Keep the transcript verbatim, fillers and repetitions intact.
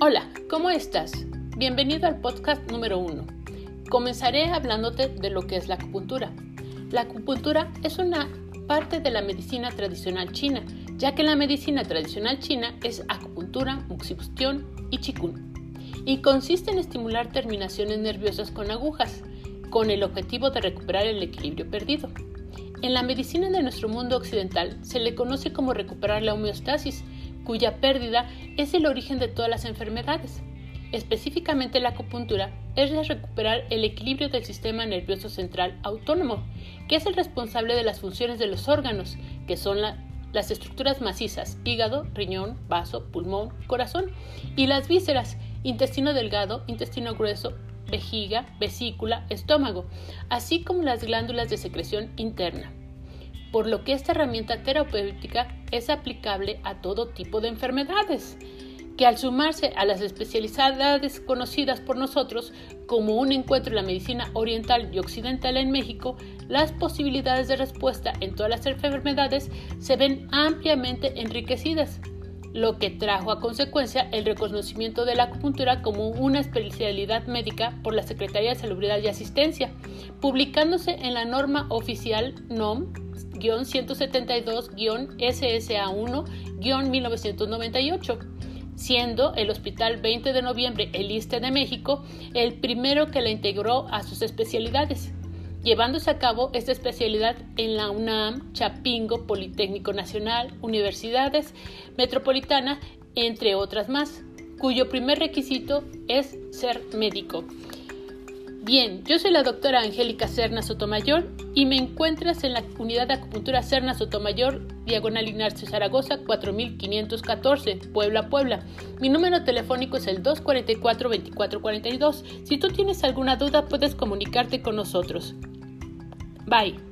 Hola, ¿cómo estás? Bienvenido al podcast número uno. Comenzaré hablándote de lo que es la acupuntura. La acupuntura es una parte de la medicina tradicional china, ya que la medicina tradicional china es acupuntura, moxibustión y qigong, y consiste en estimular terminaciones nerviosas con agujas, con el objetivo de recuperar el equilibrio perdido. En la medicina de nuestro mundo occidental se le conoce como recuperar la homeostasis, cuya pérdida es el origen de todas las enfermedades. Específicamente la acupuntura es recuperar el equilibrio del sistema nervioso central autónomo, que es el responsable de las funciones de los órganos, que son la, las estructuras macizas, hígado, riñón, vaso, pulmón, corazón, y las vísceras, intestino delgado, intestino grueso, vejiga, vesícula, estómago, así como las glándulas de secreción interna. Por lo que esta herramienta terapéutica es aplicable a todo tipo de enfermedades, que al sumarse a las especialidades conocidas por nosotros como un encuentro en la medicina oriental y occidental en México, las posibilidades de respuesta en todas las enfermedades se ven ampliamente enriquecidas, lo que trajo a consecuencia el reconocimiento de la acupuntura como una especialidad médica por la Secretaría de Salubridad y Asistencia, publicándose en la norma oficial N O M ciento setenta y dos S S A uno mil novecientos noventa y ocho, siendo el Hospital veinte de Noviembre, el I S S S T E de México, el primero que la integró a sus especialidades, llevándose a cabo esta especialidad en la UNAM, Chapingo, Politécnico Nacional, Universidades Metropolitana, entre otras más, cuyo primer requisito es ser médico. Bien, yo soy la doctora Angélica Serna Sotomayor y me encuentras en la unidad de acupuntura Serna Sotomayor, diagonal Ignacio Zaragoza, cuatro mil quinientos catorce, Puebla, Puebla. Mi número telefónico es el dos cuatro cuatro, veinticuatro cuarenta y dos. Si tú tienes alguna duda, puedes comunicarte con nosotros. Bye.